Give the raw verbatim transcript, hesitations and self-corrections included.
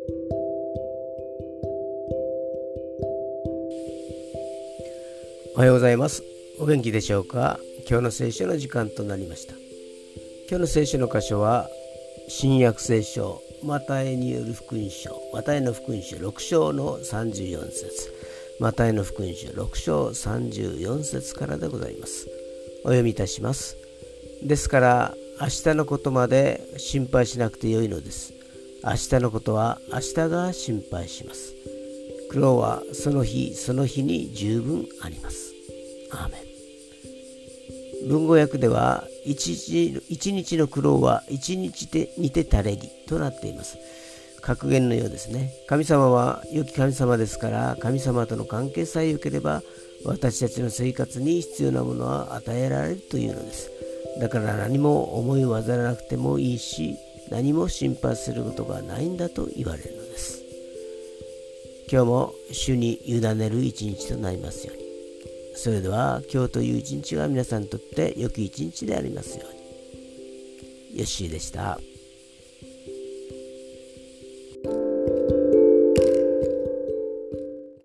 おはようございます。お元気でしょうか。今日の聖書の時間となりました。今日の聖書の箇所は新約聖書マタイによる福音書、マタイの福音書ろく章のさんじゅうよん節、マタイの福音書ろく章さんじゅうよん節からでございます。お読みいたします。ですから明日のことまで心配しなくてよいのです。明日のことは明日が心配します。苦労はその日その日に十分あります。アーメン。文語訳では一日、一日の苦労は一日でにて足れりとなっています。格言のようですね。神様は良き神様ですから、神様との関係さえ良ければ私たちの生活に必要なものは与えられるというのです。だから何も思い煩わなくてもいいし、何も心配することがないんだと言われるのです。今日も主に委ねる一日となりますように。それでは今日という一日が皆さんにとって良き一日でありますように。ヨッシーでした。